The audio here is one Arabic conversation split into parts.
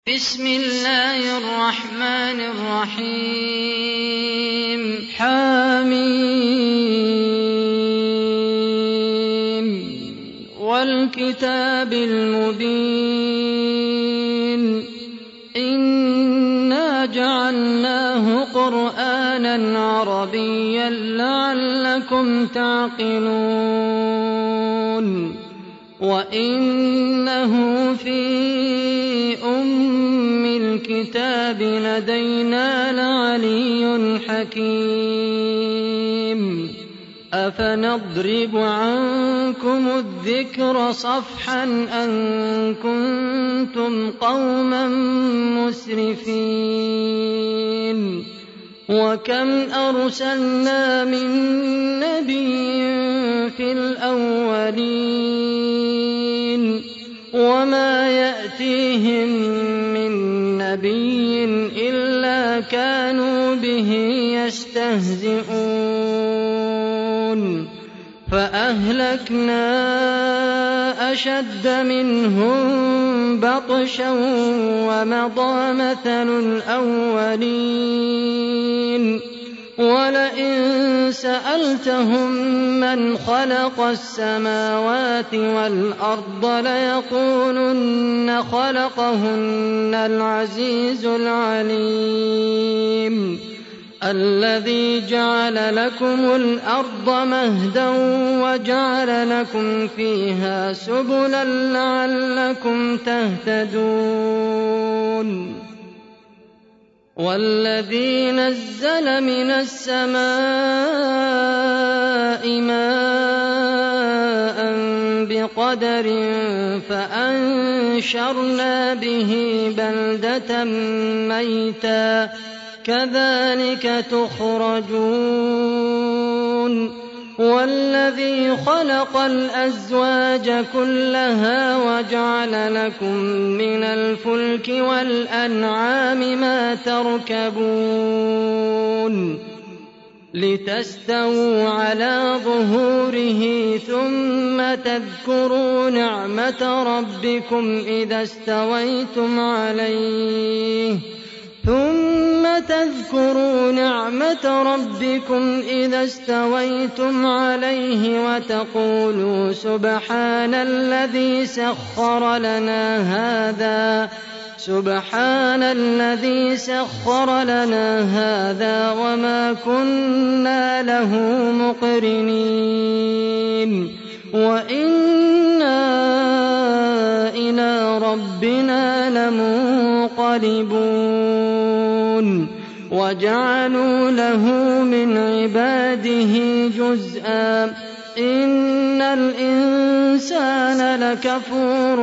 بسم الله الرحمن الرحيم حم والكتاب المبين إنا جعلناه قرآنا عربيا لعلكم تعقلون وإنه في الكتاب لدينا لعلي حكيم أفنضرب عنكم الذكر صفحا أن كنتم قوما مسرفين وكم أرسلنا من نبي في الأولين وما يأتيهم من نبي إلا كانوا به يستهزئون فأهلكنا أشد منهم بطشا ومضى مثل الأولين ولئن سألتهم من خلق السماوات والأرض ليقولن خلقهن العزيز العليم الذي جعل لكم الأرض مهدا وجعل لكم فيها سبلا لعلكم تهتدون والذي نزل من السماء ماء بقدر فأنشرنا به بلدة ميتا كذلك تخرجون والذي خلق الأزواج كلها وجعل لكم من الفلك والأنعام ما تركبون لتستووا على ظهوره ثم تذكروا نعمة ربكم إذا استويتم عليه وتقولوا سبحان الذي سخر لنا هذا وما كنا له مقرنين وإنا إلى ربنا لمنقلبون وجعلوا له من عباده جزءا إن الإنسان لكفور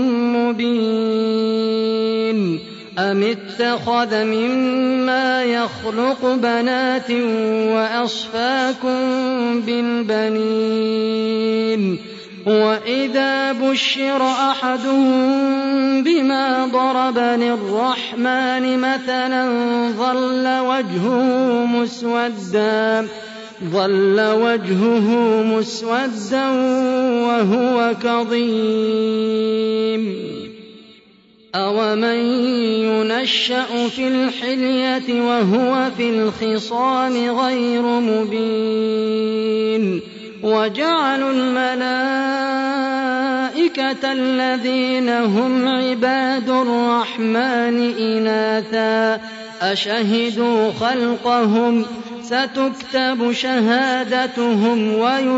مبين أم اتخذ مما يخلق بنات وأصفاكم بالبنين وإذا بشر أحدهم بما ضرب للرحمن مثلا ظل وجهه مسودا وهو كظيم أومن ينشأ في الحلية وهو في الخصام غير مبين وجعلوا الملائكة الذين هم عباد الرحمن إناثا أشهدوا خلقهم ستكتب شهادتهم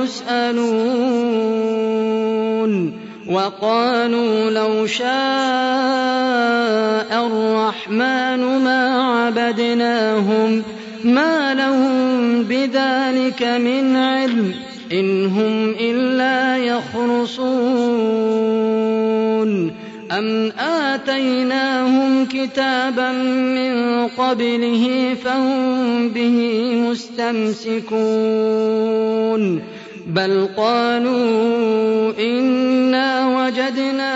ويسألون وقالوا لو شاء الرحمن ما عبدناهم ما لهم بذلك من علم إن هم إلا يخرصون أم آتيناهم كتابا من قبله فهم به مستمسكون بل قالوا إنا وجدنا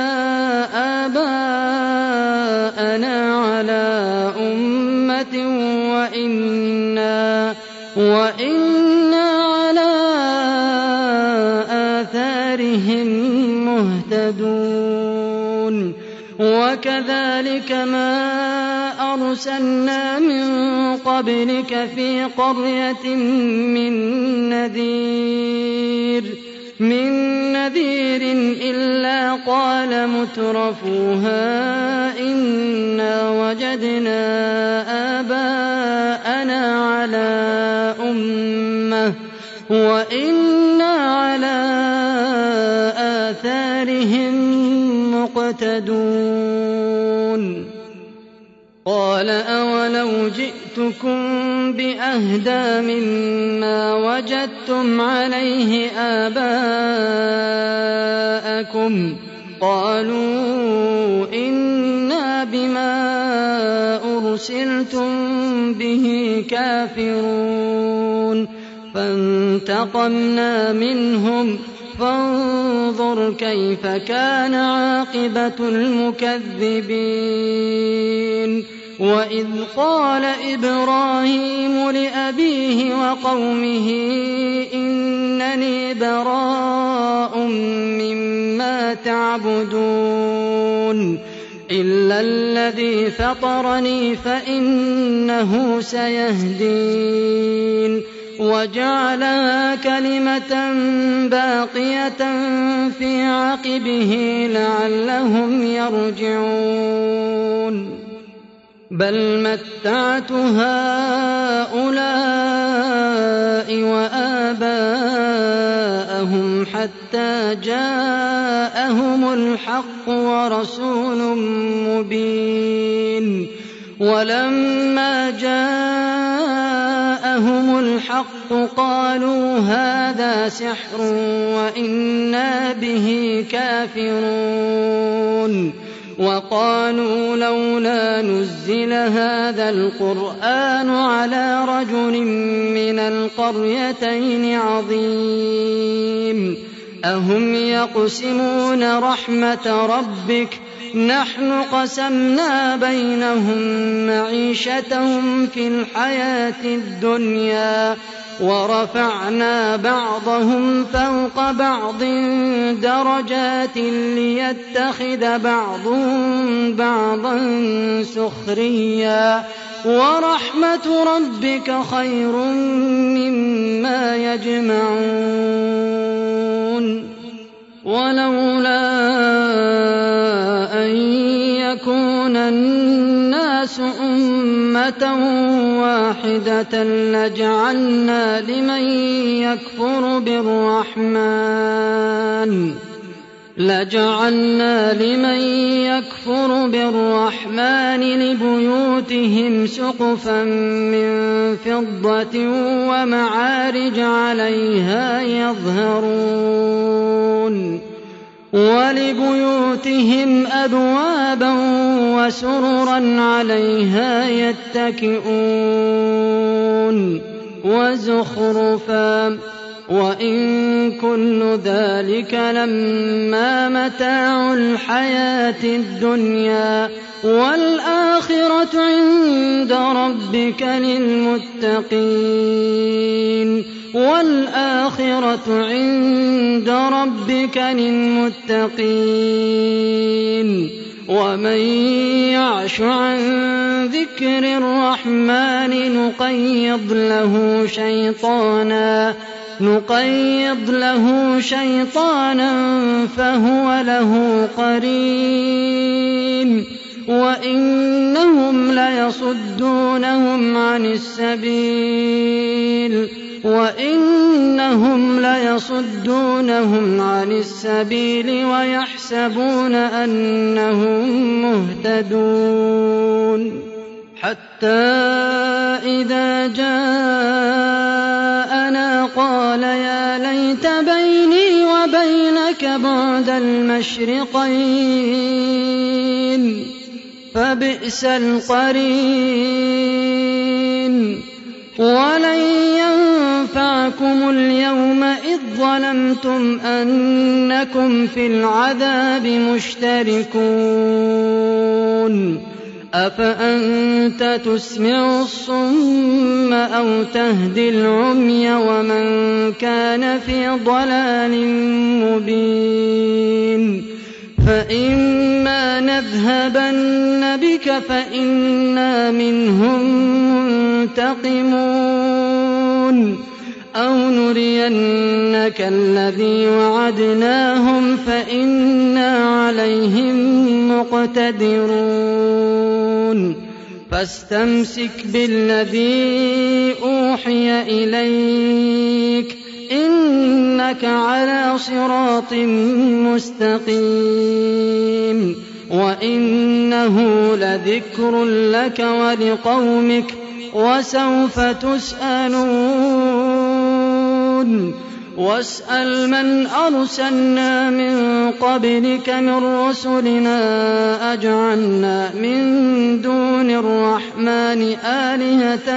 آباءنا على أمة وإنا على آثارهم مهتدون وكذلك كذلك ما أرسلنا من قبلك في قرية من نذير إلا قال مترفوها إنا وجدنا آباءنا على أمة وإنا على آثارهم مقتدون قال أولو جئتكم بأهدى مما وجدتم عليه آباءكم قالوا إنا بما أرسلتم به كافرون فانتقمنا منهم فانظر كيف كان عاقبة المكذبين وإذ قال إبراهيم لأبيه وقومه إنني براء مما تعبدون إلا الذي فطرني فإنه سيهدين وجعلها كلمة باقية في عقبه لعلهم يرجعون بل متعت هؤلاء وآباءهم حتى جاءهم الحق ورسول مبين ولما جاءهم الحق قالوا هذا سحر وإنا به كافرون وقالوا لولا نزل هذا القرآن على رجل من القريتين عظيم أهم يقسمون رحمة ربك نحن قسمنا بينهم معيشتهم في الحياة الدنيا ورفعنا بعضهم فوق بعض درجات ليتخذ بعضهم بعضا سخريا ورحمة ربك خير مما يجمعون ولولا أن يكون الناس أمة واحدة لجعلنا لمن يكفر بالرحمن لبيوتهم سقفا من فضة ومعارج عليها يظهرون ولبيوتهم أبوابا وسررا عليها يتكئون وزخرفا وإن كل ذلك لما متاع الحياة الدنيا والآخرة عند ربك للمتقين ومن يعش عن ذكر الرحمن نقيض له شيطانا فهو له قرين وإنهم ليصدونهم عن السبيل ويحسبون أنهم مهتدون حتى إذا جاءنا قال يا ليت بيني وبينك بعد المشرقين فبئس القرين ولن ينفعكم اليوم إذ ظلمتم أنكم في العذاب مشتركون أفأنت تسمع الصم أو تهدي العمي ومن كان في ضلال مبين فإما نذهبن بك فإنا منهم منتقمون أو نرينك الذي وعدناهم فإنا عليهم مقتدرون فاستمسك بالذي أوحي إليك إنك على صراط مستقيم وإنه لذكر لك ولقومك وسوف تسألون واسأل من أرسلنا من قبلك من رسلنا أجعلنا من دون الرحمن آلهة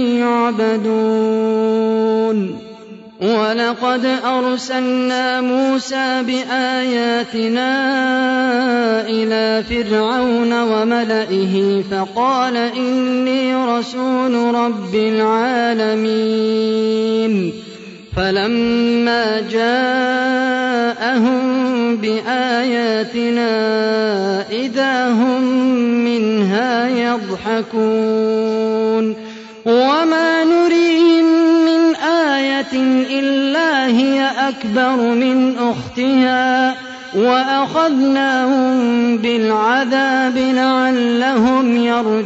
يعبدون ولقد أرسلنا موسى بآياتنا إلى فرعون وملئه فقال إني رسول رب العالمين فلما جاءهم بآياتنا إذا هم منها يضحكون وما نريهم من آية إلا هي أكبر من أختها وأخذناهم بالعذاب لعلهم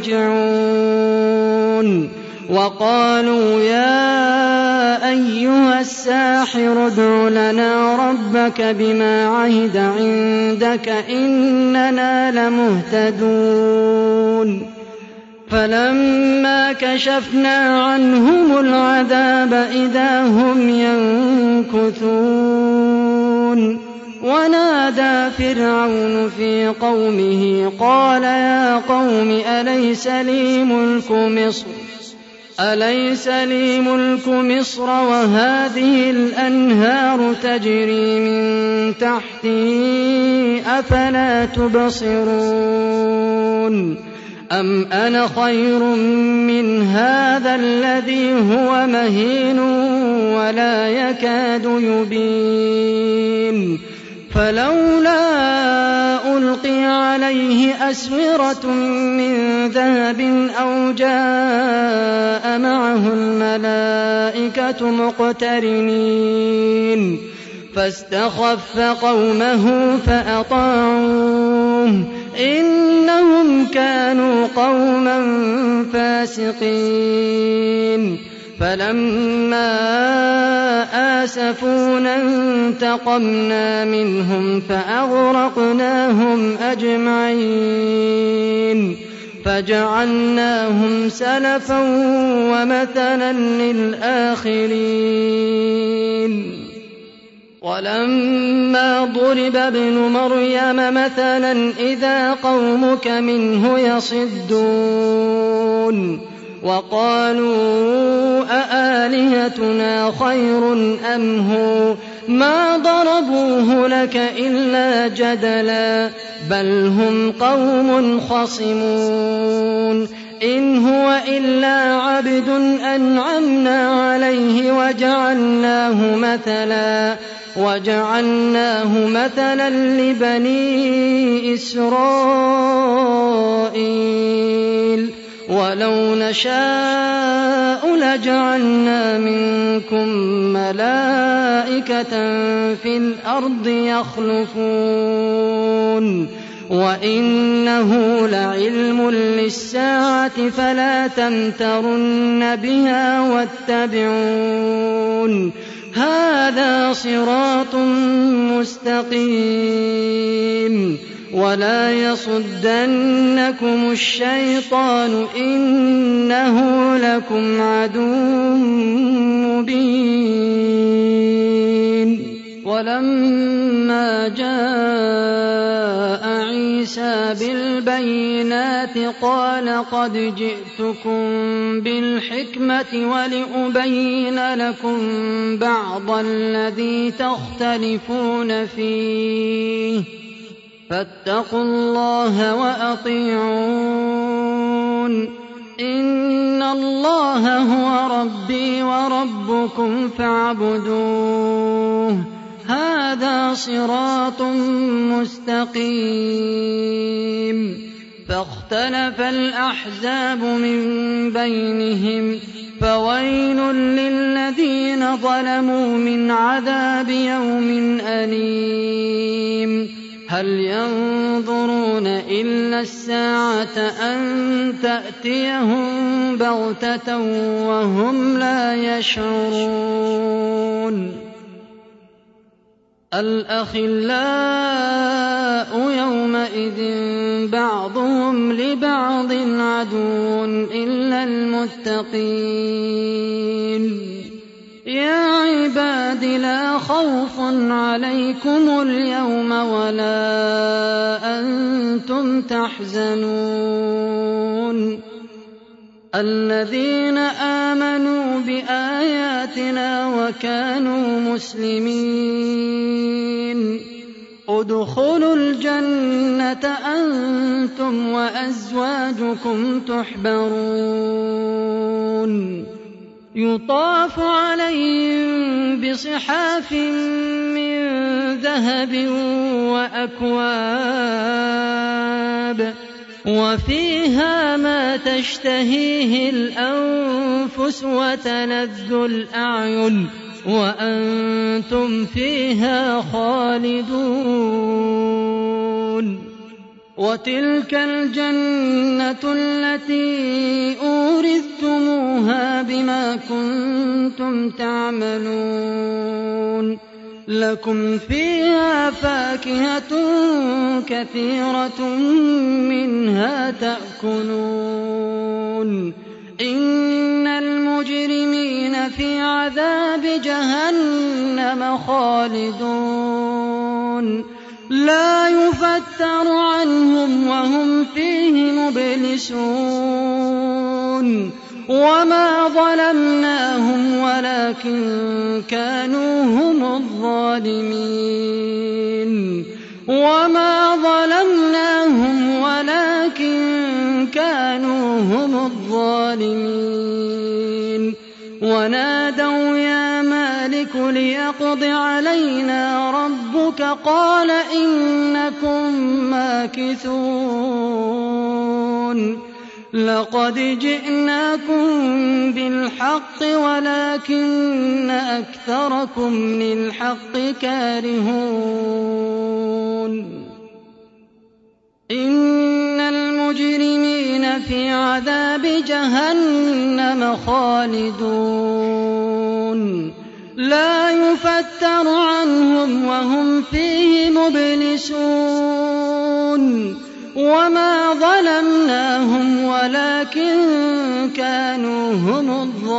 يرجعون وقالوا يا أيها الساحر ادع لنا ربك بما عهد عندك إننا لمهتدون فلما كشفنا عنهم العذاب إذا هم ينكثون ونادى فرعون في قومه قال يا قوم أليس لي ملك مصر وهذه الأنهار تجري من تحتي أفلا تبصرون أم أنا خير من هذا الذي هو مهين ولا يكاد يبين فلولا ألقي عليه أسورة من ذهب أو جاء معه الملائكة مقترنين فاستخف قومه فأطاعوه إنهم كانوا قوما فاسقين فلما آسفونا انتقمنا منهم فأغرقناهم أجمعين فجعلناهم سلفا ومثلا للآخرين ولما ضرب ابن مريم مثلا إذا قومك منه يصدون وقالوا أآلهتنا خير أم هو ما ضربوه لك إلا جدلا بل هم قوم خصمون إن هو إلا عبد أنعمنا عليه وجعلناه مثلا لبني إسرائيل ولو نشاء لجعلنا منكم ملائكة في الأرض يخلفون وإنه لعلم للساعة فلا تمترن بها واتبعون هذا صراط مستقيم ولا يصدنكم الشيطان إنه لكم عدو مبين ولما جاء عيسى بالبينات قال قد جئتكم بالحكمة ولأبين لكم بعض الذي تختلفون فيه فاتقوا الله وأطيعون إن الله هو ربي وربكم فاعبدوه هذا صراط مستقيم فاختلف الأحزاب من بينهم فويل للذين ظلموا من عذاب يوم أليم هل ينظرون إلا الساعة أن تأتيهم بغتة وهم لا يشعرون الأخلاء يومئذ بعضهم لبعض عدو إلا المتقين يا عباد لا خوف عليكم اليوم ولا أنتم تحزنون الذين آمنوا بآياتنا وكانوا مسلمين ادخلوا الجنة أنتم وأزواجكم تحبرون يطاف عليهم بصحاف من ذهب وأكواب وفيها ما تشتهيه الأنفس وتلذ الأعين وأنتم فيها خالدون وتلك الجنة التي أورثتموها بما كنتم تعملون لكم فيها فاكهة كثيرة منها تأكلون إن المجرمين في عذاب جهنم خالدون لا يفتر عنهم وهم فيه مبلسون وما ظلمناهم ولكن كانوا هم الظالمين وما ظلمناهم ولكن كانوا هم الظالمين ونادوا يا مالك ليقض علينا ربك قال إنكم ماكثون لقد جئناكم بالحق ولكن أكثركم للحق كارهون إن المجرمين في عذاب جهنم خالدون لا يفتر عنهم وهم فيه مبلسون وما ظلمناهم ولكن كانوا هم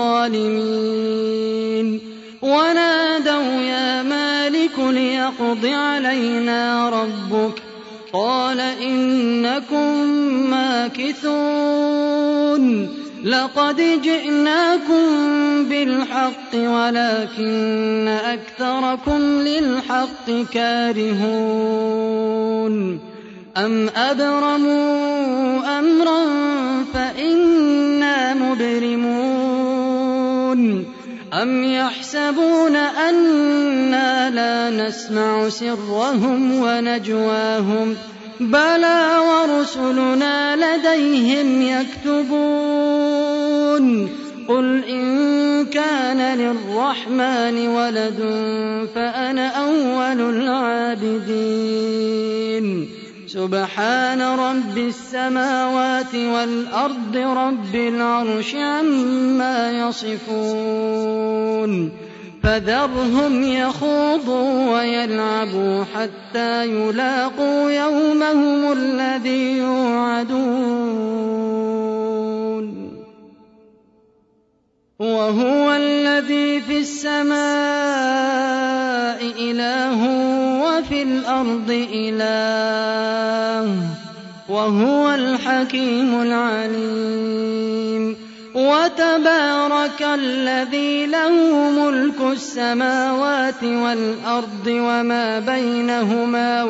الظالمين ونادوا يا مالك ليقض علينا ربك قال إنكم ماكثون لقد جئناكم بالحق ولكن أكثركم للحق كارهون أم أبرموا أمرا فإنا مبرمون أم يحسبون أنا لا نسمع سرهم ونجواهم بلى ورسلنا لديهم يكتبون قل إن كان للرحمن ولد فأنا أول العابدين سبحان رب السماوات والأرض رب العرش عما يصفون فذرهم يخوضوا ويلعبوا حتى يلاقوا يومهم الذي يوعدون وهو الذي في السماء إله وفي الأرض إله وهو الحكيم العليم وتبارك الذي له ملك السماوات والأرض وما بينهما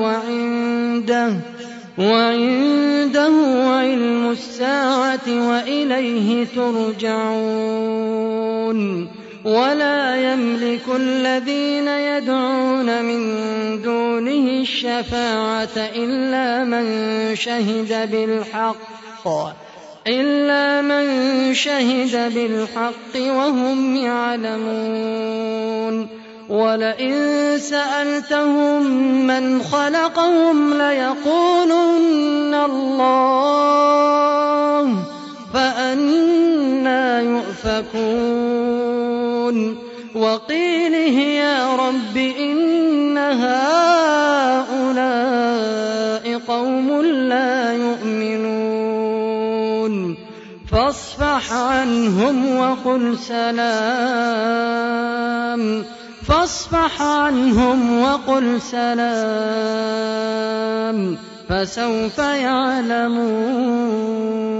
وعنده علم الساعة وإليه ترجعون ولا يملك الذين يدعون من دونه الشفاعة إلا من شهد بالحق وهم يعلمون ولئن سألتهم من خلقهم ليقولن الله فأنى يؤفكون وقيله يا رب إن هؤلاء قوم لا يؤمنون فاصفح عنهم وقل سلام فسوف يعلمون.